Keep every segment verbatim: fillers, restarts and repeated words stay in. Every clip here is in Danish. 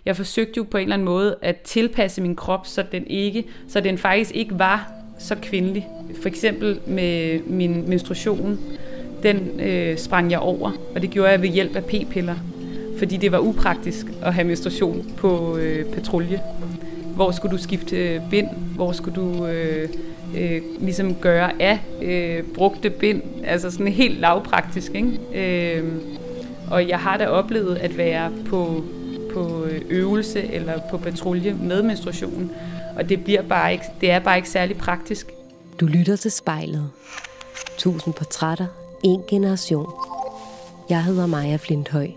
jeg forsøgte jo på en eller anden måde at tilpasse min krop, så den, ikke, så den faktisk ikke var så kvindelig. For eksempel med min menstruation, den øh, sprang jeg over, og det gjorde jeg ved hjælp af p-piller. Fordi det var upraktisk at have menstruation på øh, patrulje. Hvor skulle du skifte bind? Hvor skulle du øh, øh, ligesom gøre af øh, brugte bind? Altså sådan helt lavpraktisk, ikke? Øh, og jeg har da oplevet at være på, på øvelse eller på patrulje med menstruation. Og det, bliver bare ikke, det er bare ikke særlig praktisk. Du lytter til Spejlet. Tusind portrætter, en generation. Jeg hedder Maja Flinthøj.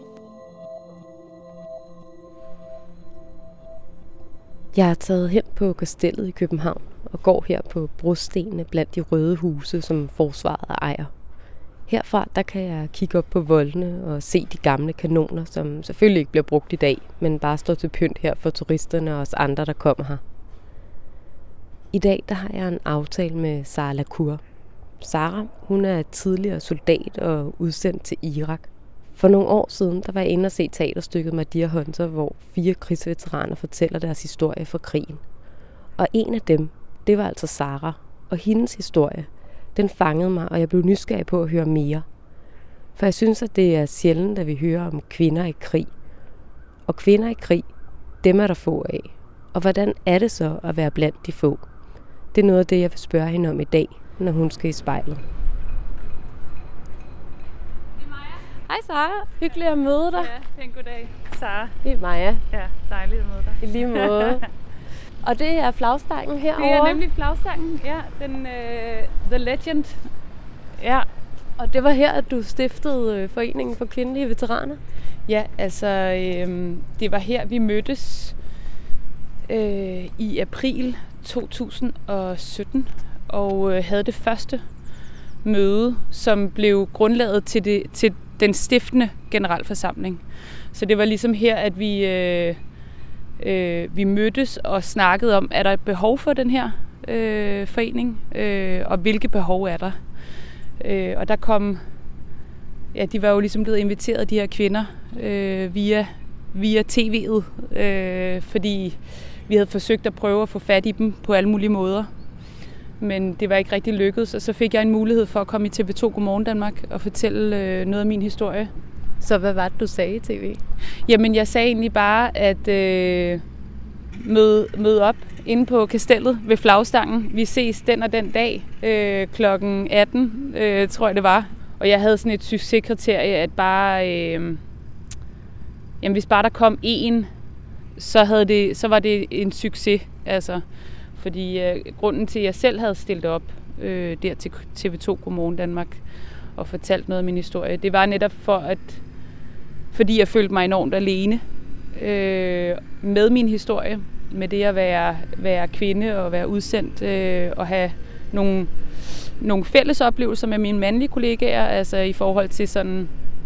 Jeg er taget hen på Kastellet i København og går her på brostenene blandt de røde huse, som forsvaret ejer. Herfra der kan jeg kigge op på voldene og se de gamle kanoner, som selvfølgelig ikke bliver brugt i dag, men bare står til pynt her for turisterne og os andre, der kommer her. I dag der har jeg en aftale med Sara Lacour. Sara, hun er tidligere soldat og udsendt til Irak. For nogle år siden, der var jeg inde og se teaterstykket Deer Hunter, hvor fire krigsveteraner fortæller deres historie fra krigen. Og en af dem, det var altså Sara, og hendes historie, den fangede mig, og jeg blev nysgerrig på at høre mere. For jeg synes, at det er sjældent, at vi hører om kvinder i krig. Og kvinder i krig, dem er der få af. Og hvordan er det så at være blandt de få? Det er noget af det, jeg vil spørge hende om i dag, når hun skal i spejlet. Hej Sara, hyggeligt at møde dig. Ja, pæn goddag, Sara. Det er Maja. Ja, dejligt at møde dig. I lige måde. Og det er flagstangen herovre. Det er nemlig flagstangen, ja, den uh, The Legend. Ja. Og det var her, at du stiftede Foreningen for Kvindelige Veteraner? Ja, altså øh, det var her, vi mødtes øh, i april to tusind og sytten og øh, havde det første møde, som blev grundlaget til, det, til den stiftende generalforsamling. Så det var ligesom her, at vi, øh, øh, vi mødtes og snakkede om, er der et behov for den her øh, forening, øh, og hvilke behov er der. Øh, og der kom, ja, de var jo ligesom blevet inviteret, de her kvinder, øh, via, via tv'et, øh, fordi vi havde forsøgt at prøve at få fat i dem på alle mulige måder. Men det var ikke rigtig lykkedes, og så fik jeg en mulighed for at komme i T V to Godmorgen Danmark og fortælle øh, noget af min historie. Så hvad var det, du sagde i tv? Jamen, jeg sagde egentlig bare, at øh, møde, møde op inde på Kastellet ved flagstangen. Vi ses den og den dag, øh, klokken atten, øh, tror jeg det var. Og jeg havde sådan et succeskriterie, at bare, øh, jamen, hvis bare der kom én, så, havde det, så var det en succes, altså. Fordi øh, grunden til, at jeg selv havde stillet op øh, der til T V to Godmorgen Danmark og fortalt noget af min historie, det var netop for, at fordi jeg følte mig enormt alene øh, med min historie, med det at være, være kvinde og være udsendt øh, og have nogle, nogle fælles oplevelser med mine mandlige kollegaer, altså i forhold til sådan,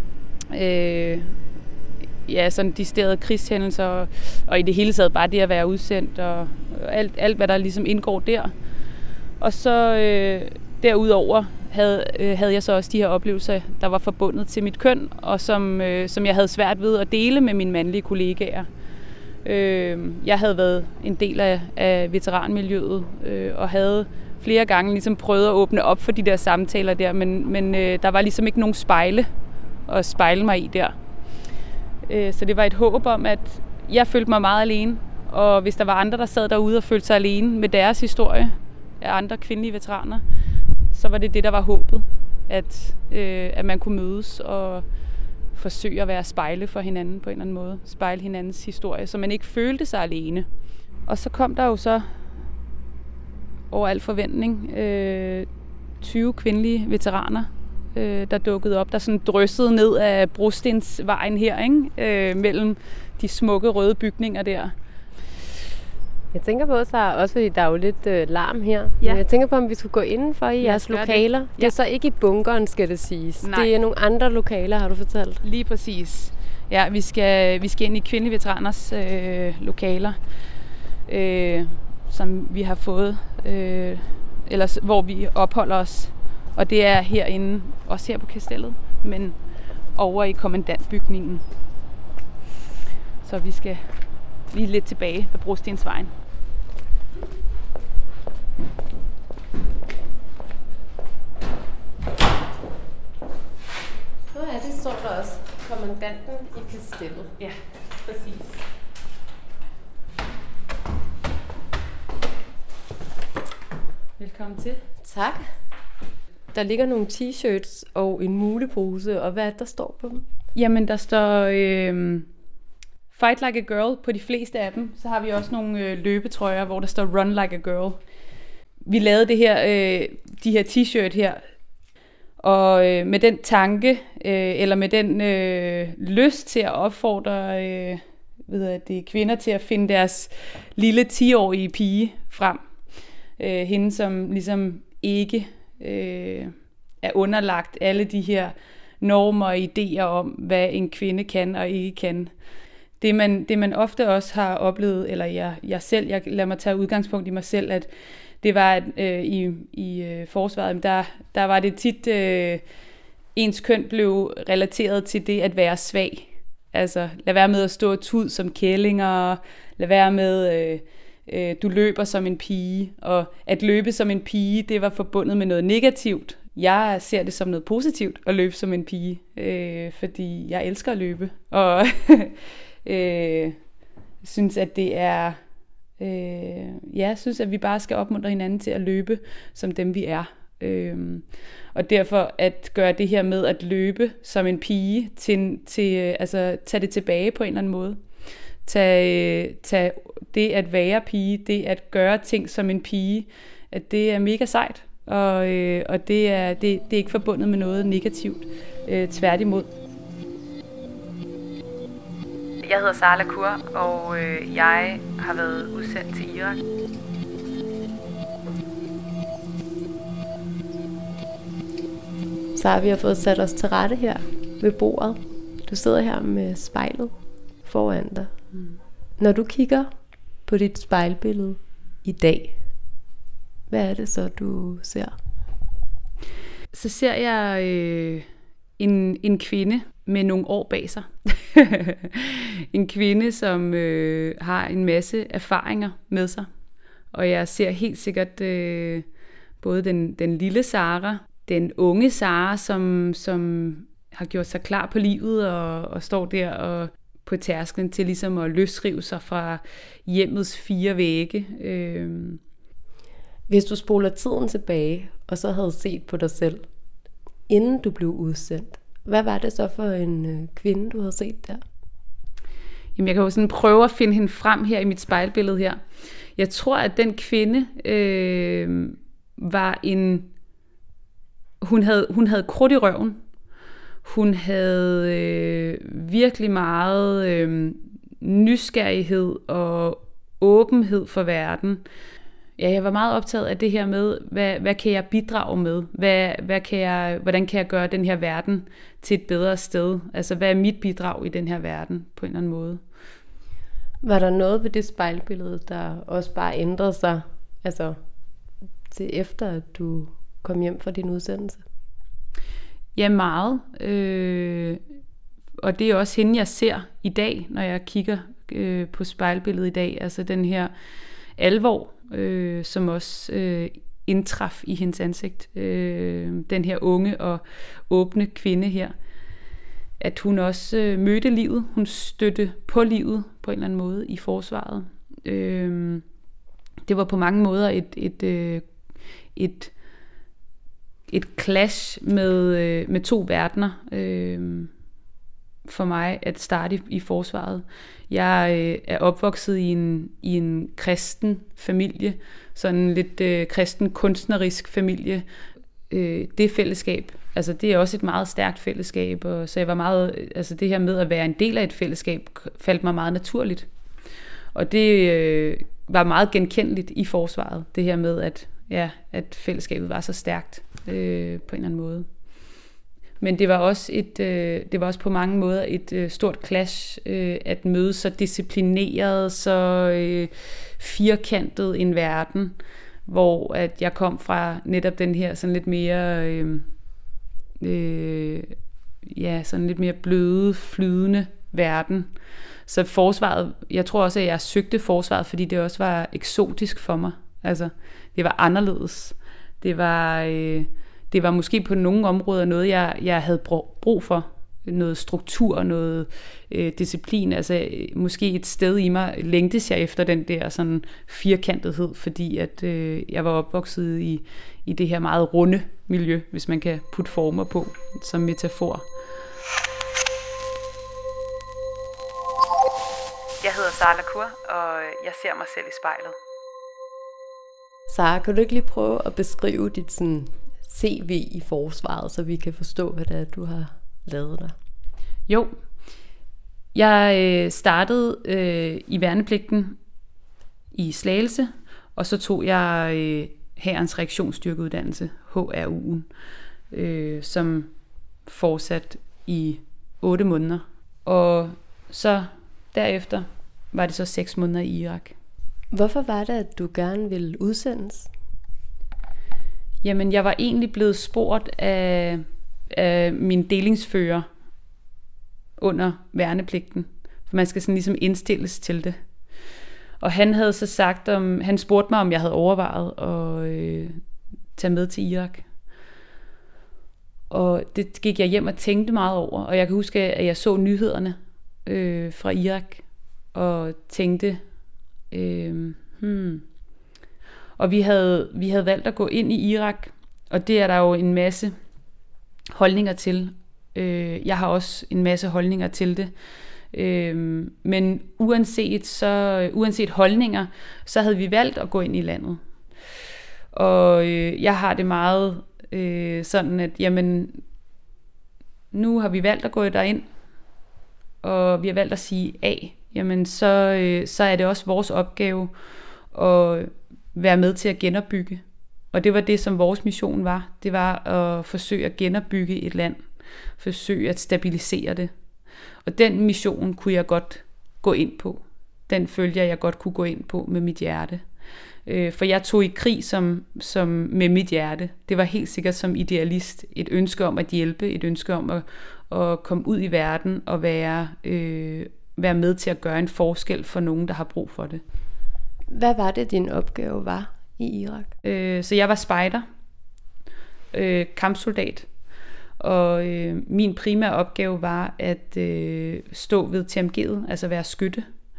øh, ja, sådan disterede krigshændelser og, og i det hele taget bare det at være udsendt og alt, alt hvad der ligesom indgår der. Og så øh, derudover havde, øh, havde jeg så også de her oplevelser, der var forbundet til mit køn, og som, øh, som jeg havde svært ved at dele med mine mandlige kollegaer. Øh, jeg havde været en del af, af veteranmiljøet øh, og havde flere gange ligesom prøvet at åbne op for de der samtaler der, men, men øh, der var ligesom ikke nogen spejle at spejle mig i der. Øh, så det var et håb om, at jeg følte mig meget alene, og hvis der var andre, der sad derude og følte sig alene med deres historie af andre kvindelige veteraner, så var det det, der var håbet, at, øh, at man kunne mødes og forsøge at være spejle for hinanden på en eller anden måde. Spejle hinandens historie, så man ikke følte sig alene. Og så kom der jo så over al forventning øh, tyve kvindelige veteraner, øh, der dukkede op, der sådan dryssede ned af brostensvejen her, ikke? Øh, mellem de smukke røde bygninger der. Jeg tænker på, så også fordi der er jo lidt øh, larm her. Ja. Men jeg tænker på, om vi skulle gå indenfor i ja, jeres lokaler. Det. Ja. Det er så ikke i bunkeren, skal det siges. Nej. Det er nogle andre lokaler, har du fortalt. Lige præcis. Ja, vi skal, vi skal ind i kvindelige veteraners øh, lokaler, øh, som vi har fået, øh, eller hvor vi opholder os. Og det er herinde, også her på Kastellet, men over i kommandantbygningen. Så vi skal Vi er lidt tilbage ved Brostensvejen. Nå ja, det står der også. Kommandanten i kastellet. Ja, præcis. Velkommen til. Tak. Der ligger nogle t-shirts og en mulepose, og hvad er det, der står på dem? Jamen, der står øh, Fight Like a Girl på de fleste af dem. Så har vi også nogle øh, løbetrøjer, hvor der står Run Like a Girl. Vi lavede det her, øh, de her t-shirt her, og øh, med den tanke, øh, eller med den øh, lyst til at opfordre øh, ved jeg, det, kvinder til at finde deres lille ti-årige pige frem. Øh, hende, som ligesom ikke øh, er underlagt alle de her normer og idéer om, hvad en kvinde kan og ikke kan. Det man, det man ofte også har oplevet, eller jeg, jeg selv, jeg lader mig tage udgangspunkt i mig selv, at det var, at øh, i, i øh, forsvaret, der, der var det tit, øh, ens køn blev relateret til det at være svag. Altså, lad være med at stå og tud som kællinger, lad være med, øh, øh, du løber som en pige, og at løbe som en pige, det var forbundet med noget negativt. Jeg ser det som noget positivt at løbe som en pige, øh, fordi jeg elsker at løbe, og øh, synes, at det er, øh, ja, jeg synes, at vi bare skal opmuntre hinanden til at løbe som dem, vi er. Øh, og derfor at gøre det her med at løbe som en pige, til, til, altså tage det tilbage på en eller anden måde. Tag, tag det at være pige, det at gøre ting som en pige, at det er mega sejt. Og, øh, og det, er, det, det er ikke forbundet med noget negativt. Øh, tværtimod. Jeg hedder Sara Lacour, og øh, jeg har været udsendt til Irak. Så har vi fået sat os til rette her ved bordet. Du sidder her med spejlet foran dig. Mm. Når du kigger på dit spejlbillede i dag, hvad er det så, du ser? Så ser jeg øh, en, en kvinde med nogle år bag sig. En kvinde, som øh, har en masse erfaringer med sig. Og jeg ser helt sikkert øh, både den, den lille Sara, den unge Sara, som, som har gjort sig klar på livet og, og står der og på tærsklen til ligesom at løsrive sig fra hjemmets fire vægge. Øh, Hvis du spoler tiden tilbage, og så havde set på dig selv, inden du blev udsendt, hvad var det så for en øh, kvinde, du havde set der? Jamen, jeg kan jo sådan prøve at finde hende frem her i mit spejlbillede her. Jeg tror, at den kvinde øh, var en... Hun havde, hun havde krudt i røven. Hun havde øh, virkelig meget øh, nysgerrighed og åbenhed for verden. Ja, jeg var meget optaget af det her med, hvad, hvad kan jeg bidrage med? Hvad, hvad kan jeg, hvordan kan jeg gøre den her verden til et bedre sted? Altså, hvad er mit bidrag i den her verden på en eller anden måde? Var der noget ved det spejlbillede, der også bare ændrede sig, altså til efter, at du kom hjem fra din udsendelse? Ja, meget. Øh, og det er også hende, jeg ser i dag, når jeg kigger øh, på spejlbilledet i dag. Altså den her alvor, øh, som også øh, indtraf i hendes ansigt. Øh, den her unge og åbne kvinde her. At hun også øh, mødte livet. Hun støtte på livet på en eller anden måde i forsvaret. Øh, det var på mange måder et, et, øh, et, et clash med, øh, med to verdener øh, for mig at starte i, i forsvaret. Jeg øh, er opvokset i en, i en kristen familie, sådan en lidt øh, kristen kunstnerisk familie. Øh, det fællesskab, altså det er også et meget stærkt fællesskab, og så jeg var meget, altså det her med at være en del af et fællesskab faldt mig meget naturligt. Og det øh, var meget genkendeligt i forsvaret, det her med at ja, at fællesskabet var så stærkt øh, på en eller anden måde. Men det var også et, øh, det var også på mange måder et øh, stort clash øh, at møde så disciplineret, så øh, firkantet en verden, hvor at jeg kom fra netop den her sådan lidt mere øh, øh, ja, sådan lidt mere bløde, flydende verden, Så forsvaret, jeg tror også, at jeg søgte forsvaret, fordi det også var eksotisk for mig. Altså, det var anderledes. Det var, øh, det var måske på nogle områder noget, jeg, jeg havde brug for. Noget struktur, noget øh, disciplin. Altså, måske et sted i mig længtes jeg efter den der sådan firkantethed, fordi at øh, jeg var opvokset i, i det her meget runde miljø, hvis man kan putte former på som metafor. Jeg hedder Sara Lacour, og jeg ser mig selv i spejlet. Sara, kan du ikke lige prøve at beskrive dit sådan, C V i forsvaret, så vi kan forstå, hvad det er, du har lavet der? Jo, jeg øh, startede øh, i værnepligten i Slagelse, og så tog jeg øh, Hærens reaktionsstyrkeuddannelse, H R U'en, øh, som fortsat i otte måneder. Og så derefter var det så seks måneder i Irak. Hvorfor var det, at du gerne ville udsendes? Jamen, jeg var egentlig blevet spurgt af, af min delingsfører under værnepligten. For man skal sådan ligesom indstilles til det. Og han havde så sagt, om han spurgte mig, om jeg havde overvejet at øh, tage med til Irak. Og det gik jeg hjem og tænkte meget over. Og jeg kan huske, at jeg så nyhederne øh, fra Irak og tænkte, øh, hmm. Og vi havde, vi havde valgt at gå ind i Irak, og det er der jo en masse holdninger til. Øh, jeg har også en masse holdninger til det. Øh, men uanset, så, uanset holdninger, så havde vi valgt at gå ind i landet. Og øh, jeg har det meget øh, sådan, at jamen, nu har vi valgt at gå derind, og vi har valgt at sige A. Jamen, så, øh, så er det også vores opgave at være med til at genopbygge. Og det var det, som vores mission var. Det var at forsøge at genopbygge et land. Forsøge at stabilisere det. Og den mission kunne jeg godt gå ind på. Den følte jeg, jeg godt kunne gå ind på med mit hjerte. For jeg tog i krig som, som med mit hjerte. Det var helt sikkert som idealist. Et ønske om at hjælpe. Et ønske om at, at komme ud i verden og være, øh, være med til at gøre en forskel for nogen, der har brug for det. Hvad var det, din opgave var i Irak? Øh, så jeg var spejder, øh, kampsoldat, og øh, min primære opgave var at øh, stå ved T M G'et, altså være skytte.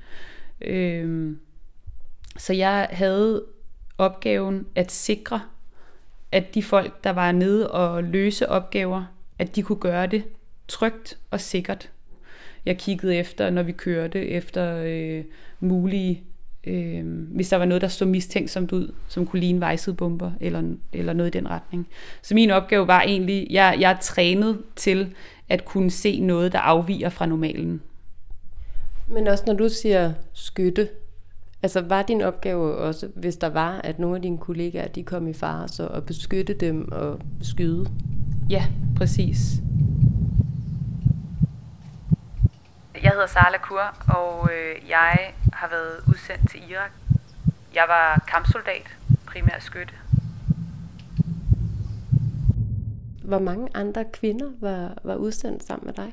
Øh, så jeg havde opgaven at sikre, at de folk, der var nede og løse opgaver, at de kunne gøre det trygt og sikkert. Jeg kiggede efter, når vi kørte, efter øh, mulige Øh, hvis der var noget, der så mistænksomt ud, som kunne ligne vejsidebomber, eller, eller noget i den retning. Så min opgave var egentlig, jeg, jeg er trænet til at kunne se noget, der afviger fra normalen. Men også når du siger skytte, altså var din opgave også, hvis der var, at nogle af dine kollegaer, de kom i fare, så at beskytte dem og skyde? Ja, præcis. Jeg hedder Sara Lacour, og øh, jeg har været udsendt til Irak. Jeg var kampsoldat, primært skytte. Hvor mange andre kvinder var, var udsendt sammen med dig?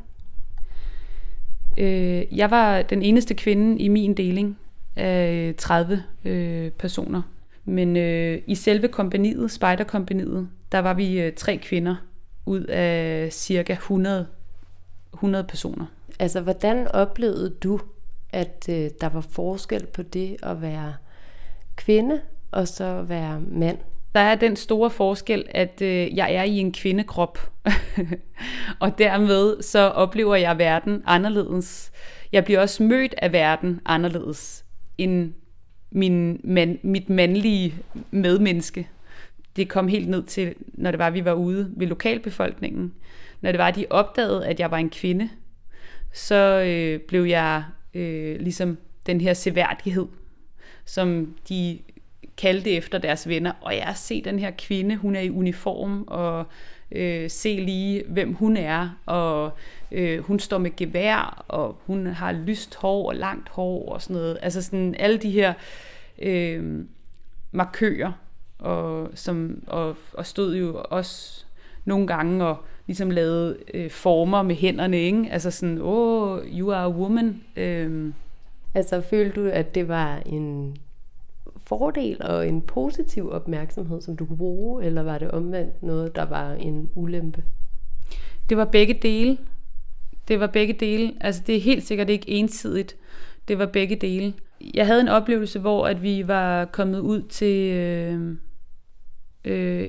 Øh, jeg var den eneste kvinde i min deling af tredive øh, personer. Men øh, i selve kompagniet, spejderkompagniet, der var vi øh, tre kvinder ud af cirka hundrede, hundrede personer. Altså, hvordan oplevede du, at øh, der var forskel på det at være kvinde og så være mand? Der er den store forskel, at øh, jeg er i en kvindekrop, og dermed så oplever jeg verden anderledes. Jeg bliver også mødt af verden anderledes end min man, mit mandlige medmenneske. Det kom helt ned til, når det var, vi var ude ved lokalbefolkningen. Når det var, de opdagede, at jeg var en kvinde, så øh, blev jeg øh, ligesom den her seværdighed, som de kaldte efter deres venner. Og jeg ser den her kvinde, hun er i uniform, og øh, se lige, hvem hun er. Og øh, hun står med gevær, og hun har lyst hår og langt hår og sådan noget. Altså sådan alle de her øh, markører, og, som, og, og stod jo også nogle gange og ligesom lavede øh, former med hænderne, ikke? Altså sådan, oh, you are a woman. Øhm. Altså følte du, at det var en fordel og en positiv opmærksomhed, som du kunne bruge, eller var det omvendt noget, der var en ulempe? Det var begge dele. Det var begge dele. Altså det er helt sikkert ikke ensidigt. Det var begge dele. Jeg havde en oplevelse, hvor at vi var kommet ud til øh, øh,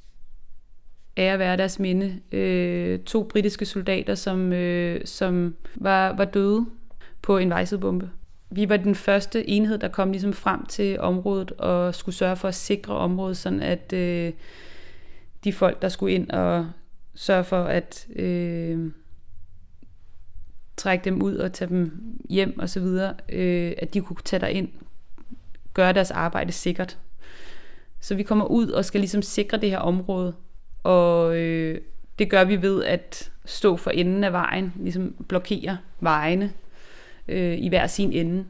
ære være deres minde. Øh, to britiske soldater, som, øh, som var, var døde på en vejsidebombe. Vi var den første enhed, der kom ligesom frem til området og skulle sørge for at sikre området, sådan at øh, de folk, der skulle ind og sørge for at øh, trække dem ud og tage dem hjem og så videre, øh, at de kunne tage derind, gøre deres arbejde sikkert. Så vi kommer ud og skal ligesom sikre det her område, og øh, det gør vi ved at stå for enden af vejen, ligesom blokere vejene øh, i hver sin ende.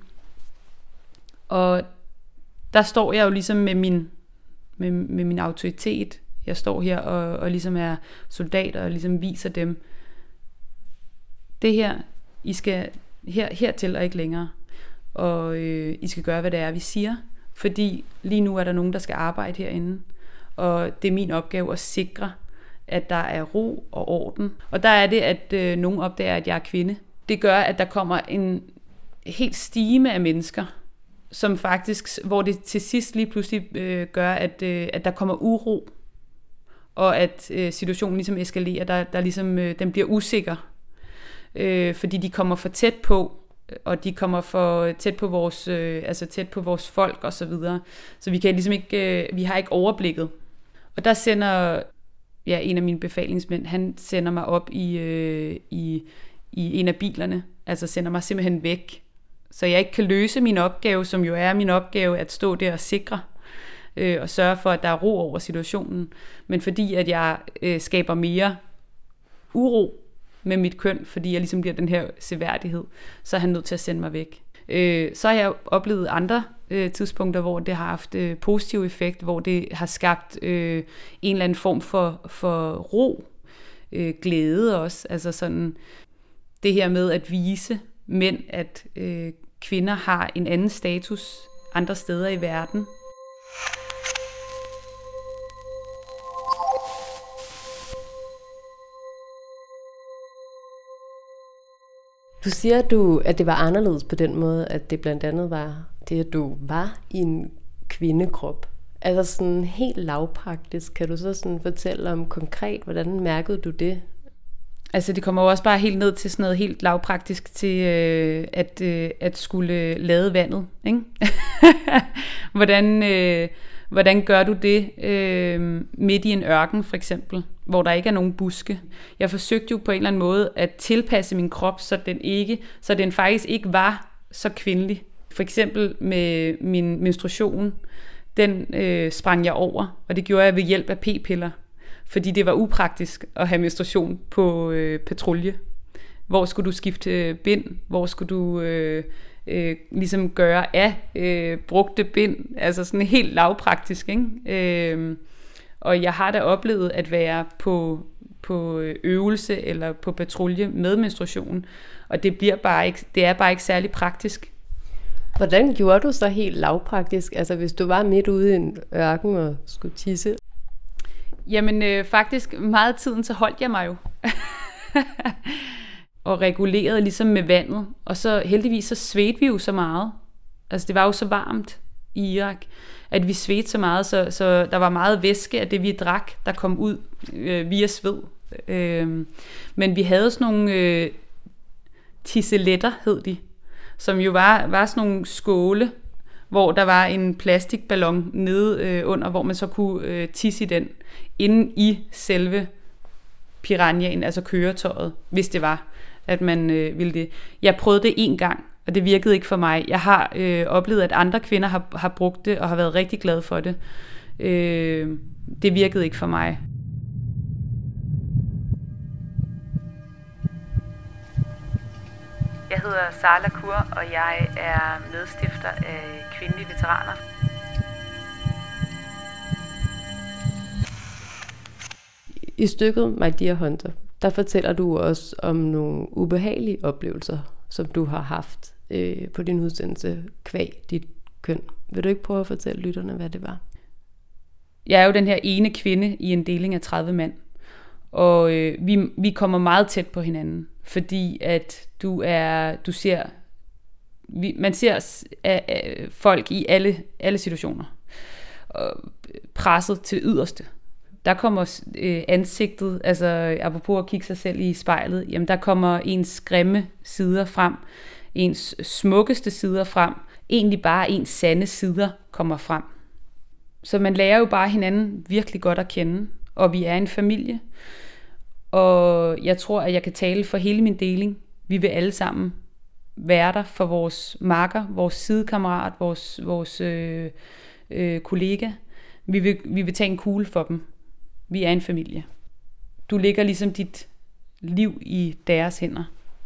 Og der står jeg jo ligesom med min, med, med min autoritet. Jeg står her og, og ligesom er soldat og ligesom viser dem, det her, I skal her, hertil og ikke længere. Og øh, I skal gøre, hvad det er, vi siger. Fordi lige nu er der nogen, der skal arbejde herinde. Og det er min opgave at sikre, at der er ro og orden. Og der er det, at øh, nogen opdager, at jeg er kvinde. Det gør, at der kommer en helt stime af mennesker, som faktisk, hvor det til sidst lige pludselig øh, gør, at, øh, at der kommer uro, og at øh, situationen ligesom eskalerer, der, der ligesom, øh, den bliver usikker, øh, fordi de kommer for tæt på, og de kommer for tæt på vores, øh, altså tæt på vores folk og så videre, så vi kan ligesom ikke, øh, vi har ikke overblikket. Og der sender ja, en af mine befalingsmænd, han sender mig op i, øh, i, i en af bilerne, altså sender mig simpelthen væk, så jeg ikke kan løse min opgave, som jo er min opgave at stå der og sikre øh, og sørge for, at der er ro over situationen. Men fordi at jeg øh, skaber mere uro med mit køn, fordi jeg ligesom bliver den her seværdighed, så er han nødt til at sende mig væk. Øh, så har jeg oplevet andre øh, tidspunkter, hvor det har haft øh, positiv effekt, hvor det har skabt øh, en eller anden form for, for ro, øh, glæde også. Altså sådan det her med at vise mænd, at øh, kvinder har en anden status andre steder i verden. Du siger, at, du, at det var anderledes på den måde, at det blandt andet var det, at du var i en kvindekrop. Altså sådan helt lavpraktisk, kan du så sådan fortælle om konkret, hvordan mærkede du det? Altså det kommer jo også bare helt ned til sådan noget helt lavpraktisk til øh, at, øh, at skulle lade vandet, ikke? hvordan, øh, hvordan gør du det øh, midt i en ørken for eksempel, hvor der ikke er nogen buske? Jeg forsøgte jo på en eller anden måde at tilpasse min krop, så den, ikke, så den faktisk ikke var så kvindelig. For eksempel med min menstruation, den øh, sprang jeg over, og det gjorde jeg ved hjælp af p-piller. Fordi det var upraktisk at have menstruation på øh, patrulje. Hvor skulle du skifte bind? Hvor skulle du øh, øh, ligesom gøre af øh, brugte bind? Altså sådan helt lavpraktisk, ikke? Øh, og jeg har da oplevet at være på, på øvelse eller på patrulje med menstruation. Og det, bliver bare ikke, det er bare ikke særlig praktisk. Hvordan gjorde du så helt lavpraktisk? Altså hvis du var midt ude i en ørken og skulle tisse? Jamen øh, faktisk meget tiden, så holdt jeg mig jo. og regulerede ligesom med vandet. Og så heldigvis så svedte vi jo så meget. Altså det var jo så varmt i Irak, at vi svedte så meget, så, så der var meget væske af det, vi drak, der kom ud øh, via sved. Øh, men vi havde sådan nogle øh, tisseletter, hed de, som jo var, var sådan nogle skåle, hvor der var en plastikballon nede øh, under, hvor man så kunne øh, tisse i den, inde i selve piranhaen, altså køretøjet, hvis det var, at man øh, ville det. Jeg prøvede det en gang, og det virkede ikke for mig. Jeg har øh, oplevet, at andre kvinder har, har brugt det, og har været rigtig glade for det. Øh, det virkede ikke for mig. Jeg hedder Sara Lacour, og jeg er medstifter af Kvindelige Veteraner. I stykket My Dear Hunter, der fortæller du også om nogle ubehagelige oplevelser, som du har haft øh, på din udsendelse kvæg dit køn. Vil du ikke prøve at fortælle lytterne, hvad det var? Jeg er jo den her ene kvinde i en deling af tredive mand, og øh, vi, vi kommer meget tæt på hinanden, fordi at du er, du ser, vi, man ser øh, øh, folk i alle, alle situationer, og presset til yderste. Der kommer øh, ansigtet, altså apropos at kigge sig selv i spejlet, jamen der kommer ens grimme sider frem, ens smukkeste sider frem, egentlig bare ens sande sider kommer frem. Så man lærer jo bare hinanden virkelig godt at kende, og vi er en familie. Og jeg tror, at jeg kan tale for hele min deling. Vi vil alle sammen være der for vores makker, vores sidekammerat, vores, vores øh, øh, kollega. Vi vil, vi vil tage en kugle for dem. Vi er en familie. Du lægger ligesom dit liv i deres hænder.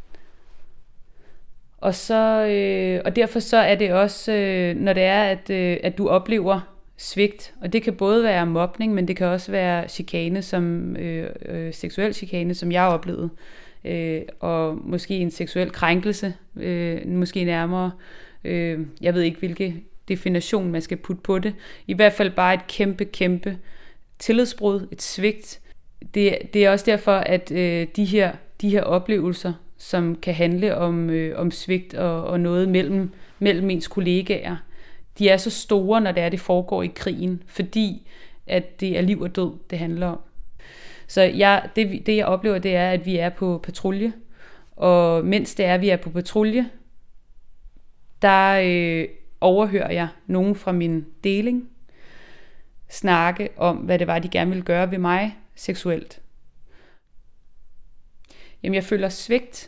Og, så, øh, og derfor så er det også, øh, når det er, at, øh, at du oplever svigt, og det kan både være mobning, men det kan også være chikane, som øh, øh, seksuel chikane, som jeg har oplevet, øh, og måske en seksuel krænkelse, øh, måske nærmere, øh, jeg ved ikke hvilke definition man skal putte på det, i hvert fald bare et kæmpe, kæmpe tillidsbrud, et svigt. Det, det er også derfor, at øh, de, her, de her oplevelser, som kan handle om, øh, om svigt og, og noget mellem, mellem ens kollegaer, de er så store, når det er, det foregår i krigen, fordi at det er liv og død, det handler om. Så jeg, det, det jeg oplever, det er, at vi er på patrulje, og mens det er, at vi er på patrulje, der øh, overhører jeg nogen fra min deling snakke om, hvad det var, de gerne ville gøre ved mig seksuelt. Jamen, jeg føler svigt.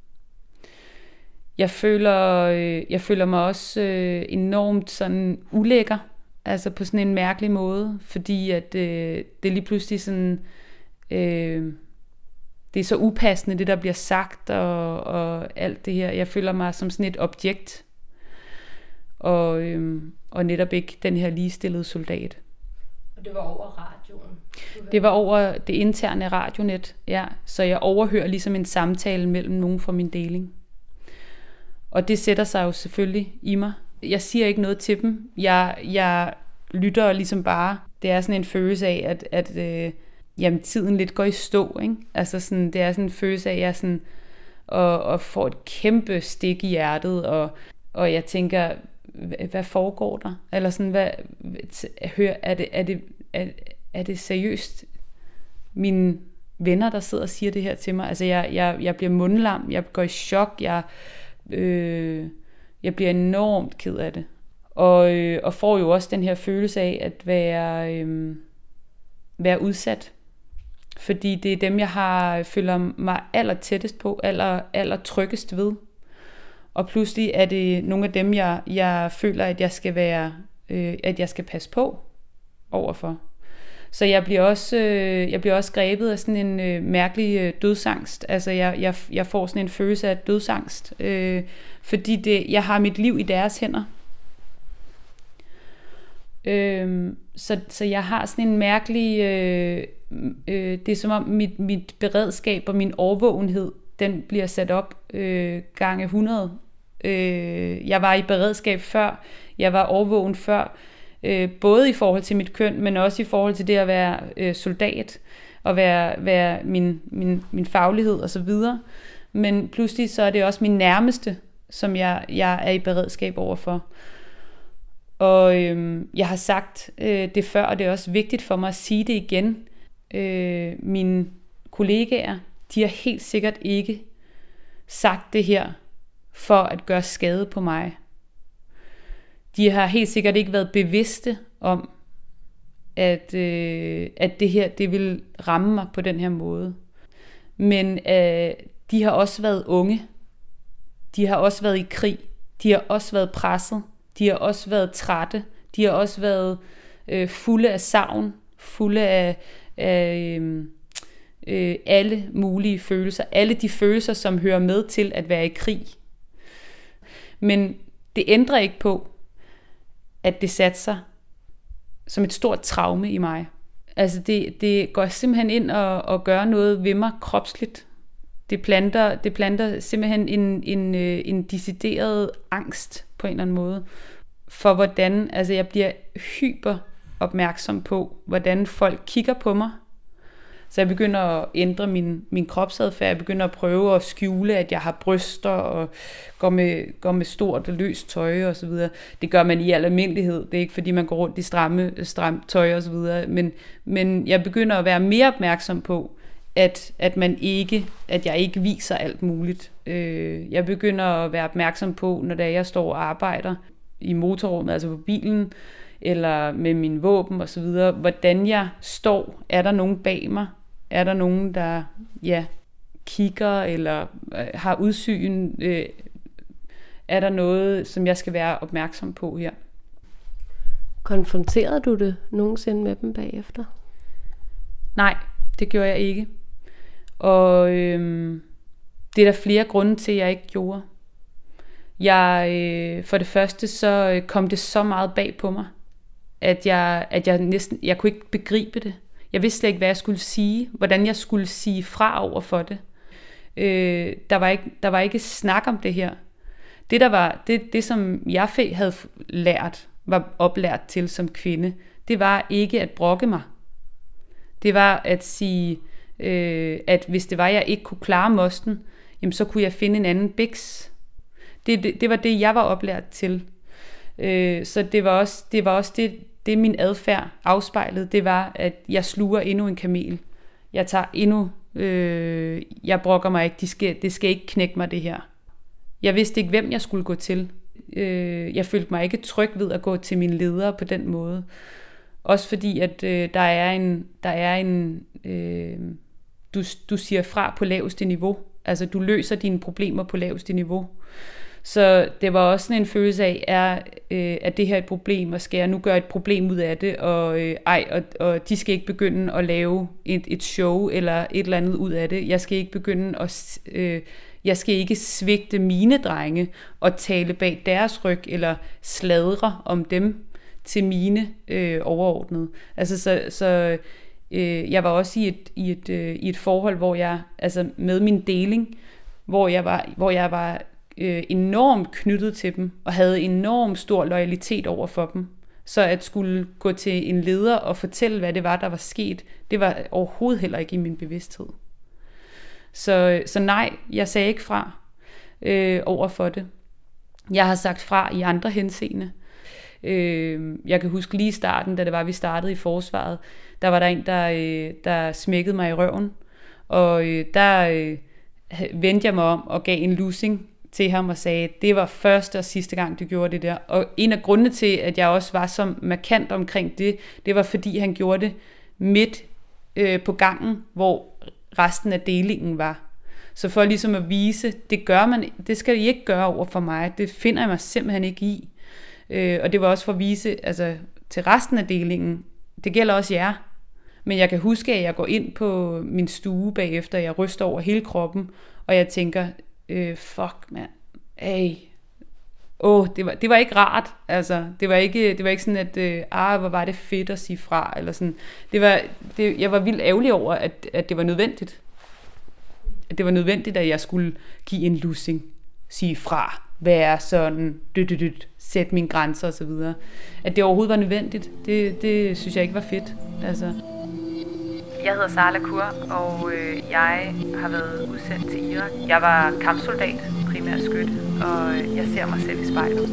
Jeg føler, øh, jeg føler mig også øh, enormt sådan ulækker, altså på sådan en mærkelig måde, fordi at øh, det er lige pludselig sådan, øh, det er så upassende, det der bliver sagt, og, og alt det her. Jeg føler mig som sådan et objekt, og, øh, og netop ikke den her ligestillede soldat. Og det var over radioen? Det var over det interne radionet, ja. Så jeg overhører ligesom en samtale mellem nogen fra min deling. Og det sætter sig jo selvfølgelig i mig. Jeg siger ikke noget til dem. Jeg, jeg lytter ligesom bare. Det er sådan en følelse af, at, at øh, jamen, tiden lidt går i stå. Ikke? Altså sådan, det er sådan en følelse af, at jeg sådan, og, og får et kæmpe stik i hjertet. Og, og jeg tænker, hvad foregår der? Eller sådan, hvad, hør, er, det, er, det, er, er det seriøst mine venner, der sidder og siger det her til mig? Altså, jeg, jeg, jeg bliver mundlam, jeg går i chok, jeg... Øh, jeg bliver enormt ked af det, og, øh, og får jo også den her følelse af at være, øh, være udsat, fordi det er dem, jeg har føler mig aller tættest på, aller, aller tryggest ved, og pludselig er det nogle af dem, jeg, jeg føler, at jeg skal være, øh, at jeg skal passe på overfor. Så jeg bliver også, øh, jeg bliver også grebet af sådan en øh, mærkelig øh, dødsangst. Altså jeg, jeg, jeg får sådan en følelse af dødsangst, øh, fordi det, jeg har mit liv i deres hænder. Øh, så, så jeg har sådan en mærkelig, øh, øh, det er som om mit, mit beredskab og min overvågenhed, den bliver sat op øh, gange hundrede. Øh, jeg var i beredskab før, jeg var overvågen før, både i forhold til mit køn, men også i forhold til det at være øh, soldat, og være, være min, min, min faglighed og så videre. Men pludselig så er det også min nærmeste, som jeg, jeg er i beredskab overfor. Og øh, jeg har sagt øh, det før, og det er også vigtigt for mig at sige det igen. Øh, mine kollegaer, de har helt sikkert ikke sagt det her for at gøre skade på mig. De har helt sikkert ikke været bevidste om, at, øh, at det her det vil ramme mig på den her måde. Men øh, de har også været unge. De har også været i krig. De har også været presset. De har også været trætte. De har også været øh, fulde af savn, fulde af, af øh, øh, alle mulige følelser. Alle de følelser, som hører med til at være i krig. Men det ændrer ikke på, at det satte sig som et stort traume i mig. Altså det, det går simpelthen ind og, og gør noget ved mig kropsligt. Det planter, det planter simpelthen en, en, en decideret angst på en eller anden måde. For hvordan, altså jeg bliver hyper opmærksom på, hvordan folk kigger på mig. Så jeg begynder at ændre min, min kropsadfærd. Jeg begynder at prøve at skjule, at jeg har bryster og går med, går med stort og løst tøj og så videre. Det gør man i al almindelighed. Det er ikke fordi, man går rundt i stramme, stramt tøj og så videre. Men, men jeg begynder at være mere opmærksom på, at, at, man ikke, at jeg ikke viser alt muligt. Jeg begynder at være opmærksom på, når jeg står og arbejder i motorrummet, altså på bilen, eller med min våben og så videre, hvordan jeg står. Er der nogen bag mig? Er der nogen, der ja, kigger eller øh, har udsyn? Øh, er der noget, som jeg skal være opmærksom på her? Konfronterede du det nogensinde med dem bagefter? Nej, det gjorde jeg ikke. Og øh, det er der flere grunde til, at jeg ikke gjorde. Jeg, øh, for det første, så kom det så meget bag på mig, at jeg, at jeg næsten, jeg kunne ikke begribe det. Jeg vidste slet ikke, hvad jeg skulle sige, hvordan jeg skulle sige fra over for det. Øh, der, var ikke, der var ikke snak om det her. Det, der var, det, det som jeg havde lært, var oplært til som kvinde, det var ikke at brokke mig. Det var at sige, øh, at hvis det var, jeg ikke kunne klare mosten, jamen så kunne jeg finde en anden biks. Det, det, det var det, jeg var oplært til. Øh, så det var også det, var også det, det min adfærd afspejlede, det var, at jeg sluger endnu en kamel. Jeg tager endnu, øh, jeg brokker mig ikke, de skal, det skal ikke knække mig det her. Jeg vidste ikke, hvem jeg skulle gå til. Øh, jeg følte mig ikke tryg ved at gå til mine ledere på den måde. Også fordi, at øh, der er en, der er en øh, du, du siger fra på laveste niveau. Altså, du løser dine problemer på laveste niveau. Så det var også sådan en følelse af, er, øh, at det her er et problem, og skal jeg nu gøre et problem ud af det, og, øh, ej, og, og de skal ikke begynde at lave et, et show eller et eller andet ud af det. Jeg skal ikke begynde at, øh, jeg skal ikke svigte mine drenge og tale bag deres ryg, eller sladre om dem til mine øh, overordnede. Altså så, så øh, jeg var også i et, i et, øh, i et forhold, hvor jeg, altså med min deling, hvor jeg var, hvor jeg var øh, enormt knyttet til dem, og havde enormt stor loyalitet over for dem. Så at skulle gå til en leder og fortælle, hvad det var, der var sket, det var overhovedet heller ikke i min bevidsthed. Så, så nej, jeg sagde ikke fra øh, over for det. Jeg har sagt fra i andre henseende. Øh, jeg kan huske lige i starten, da det var, vi startede i forsvaret, der var der en, der, øh, der smækkede mig i røven, og øh, der øh, vendte jeg mig om og gav en lussing til ham og sagde, det var første og sidste gang, du gjorde det der. Og en af grundene til, at jeg også var så markant omkring det, det var fordi han gjorde det midt øh, på gangen, hvor resten af delingen var. Så for ligesom at vise, det gør man, det skal I ikke gøre over for mig, det finder jeg mig simpelthen ikke i. Øh, og det var også for at vise, altså til resten af delingen, det gælder også jer. Men jeg kan huske, at jeg går ind på min stue bagefter, jeg ryster over hele kroppen, og jeg tænker, øh, fuck mand, ey, åh, det var, det var ikke rart, altså, det var ikke, det var ikke sådan, at, øh, ah, hvor var det fedt at sige fra, eller sådan, det var, det, jeg var vildt ærgerlig over, at, at det var nødvendigt, at det var nødvendigt, at jeg skulle give en lussing, sige fra, være sådan, dyt, dyt, dyt, sætte mine grænser osv. At det overhovedet var nødvendigt, det, det synes jeg ikke var fedt, altså. Jeg hedder Sarla Kur, og øh, jeg har været udsendt til Irak. Jeg var kampsoldat, primært skytte, og jeg ser mig selv i spejlet.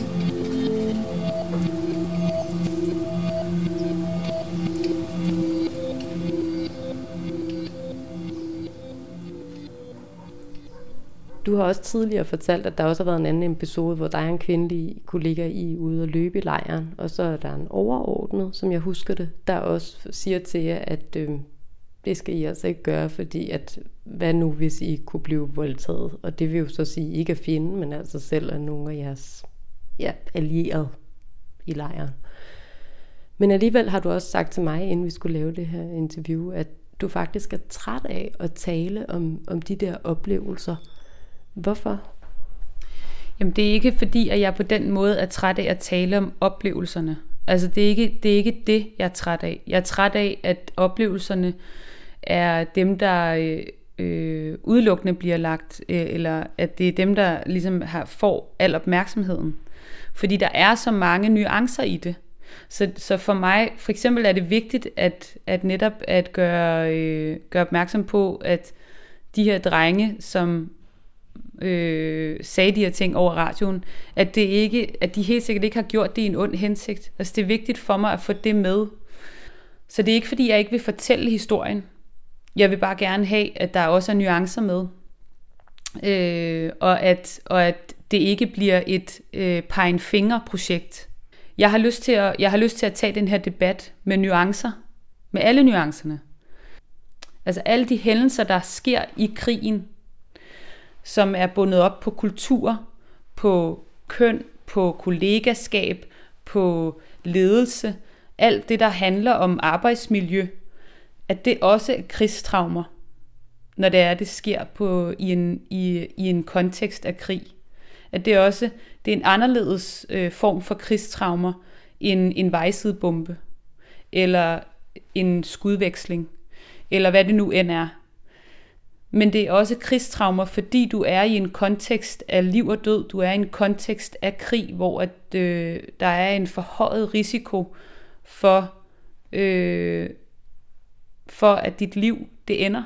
Du har også tidligere fortalt, at der også har været en anden episode, hvor der er en kvindelig kollega i ude og løbe i lejren, og så er der en overordnet, som jeg husker det, der også siger til jer, at øh, det skal I altså ikke gøre, fordi at hvad nu, hvis I kunne blive voldtaget? Og det vil jo så sige, ikke at finde, men altså selv er nogle af jeres ja, allierede i lejren. Men alligevel har du også sagt til mig, inden vi skulle lave det her interview, at du faktisk er træt af at tale om, om de der oplevelser. Hvorfor? Jamen det er ikke fordi, at jeg på den måde er træt af at tale om oplevelserne. Altså det er, ikke, det er ikke det, jeg er træt af. Jeg er træt af, at oplevelserne er dem, der øh, udelukkende bliver lagt, øh, eller at det er dem, der ligesom har, får al opmærksomheden. Fordi der er så mange nuancer i det. Så, så for mig, for eksempel er det vigtigt, at, at netop at gøre, øh, gøre opmærksom på, at de her drenge, som øh, sagde de her ting over radioen, at, det ikke, at de helt sikkert ikke har gjort det i en ond hensigt. Altså det er vigtigt for mig at få det med. Så det er ikke fordi, jeg ikke vil fortælle historien. Jeg vil bare gerne have, at der også er nuancer med. Øh, og, at, og at det ikke bliver et øh, pege-en-finger-projekt. Jeg har lyst til at, jeg har lyst til at tage den her debat med nuancer. Med alle nuancerne. Altså alle de hændelser, der sker i krigen, som er bundet op på kultur, på køn, på kollegaskab, på ledelse, alt det, der handler om arbejdsmiljø, at det også er krigstraumer, når det er, det sker på, i, en, i, i en kontekst af krig. At det også det er en anderledes øh, form for krigstraumer end en vejsidebombe, eller en skudveksling, eller hvad det nu end er. Men det er også krigstraumer, fordi du er i en kontekst af liv og død. Du er i en kontekst af krig, hvor at, øh, der er en forhøjet risiko for, øh, for at dit liv det ender.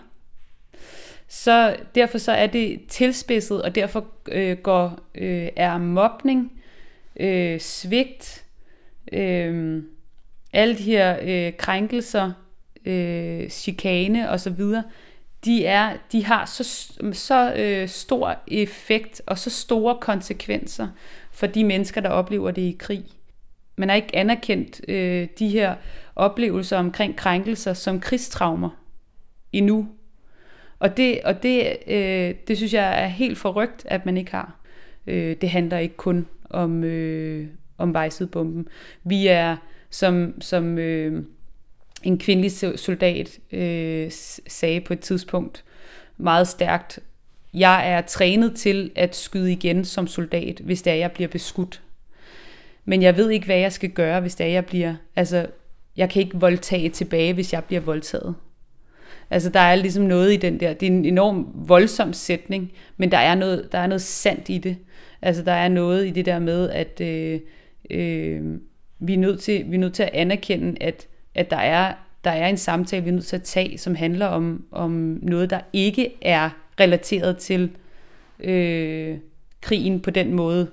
Så derfor så er det tilspidset, og derfor øh, går, øh, er mobning, øh, svigt, øh, alle de her øh, krænkelser, øh, chikane osv., de, er, de har så, så øh, stor effekt og så store konsekvenser for de mennesker, der oplever det i krig. Man har ikke anerkendt øh, de her oplevelser omkring krænkelser som krigstraumer endnu. Og det, og det, øh, det synes jeg er helt forrygt, at man ikke har. Øh, det handler ikke kun om, øh, om vejsidebomben. Vi er, som, som øh, en kvindelig soldat øh, sagde på et tidspunkt meget stærkt, jeg er trænet til at skyde igen som soldat, hvis det er, jeg bliver beskudt. Men jeg ved ikke, hvad jeg skal gøre, hvis det er, jeg bliver... Altså, jeg kan ikke voldtage tilbage, hvis jeg bliver voldtaget. Altså, der er ligesom noget i den der... Det er en enorm voldsom sætning, men der er noget, der er noget sandt i det. Altså, der er noget i det der med, at øh, øh, vi, er nødt til, vi er nødt til at anerkende, at, at der, er, der er en samtale, vi er nødt til at tage, som handler om, om noget, der ikke er relateret til øh, krigen på den måde,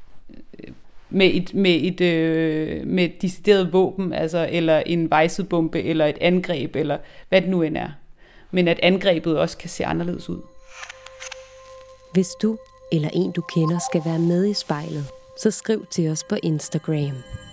med et, med et, øh, med et decideret våben, altså, eller en vejsidebombe, eller et angreb, eller hvad det nu end er. Men at angrebet også kan se anderledes ud. Hvis du eller en, du kender, skal være med i spejlet, så skriv til os på Instagram.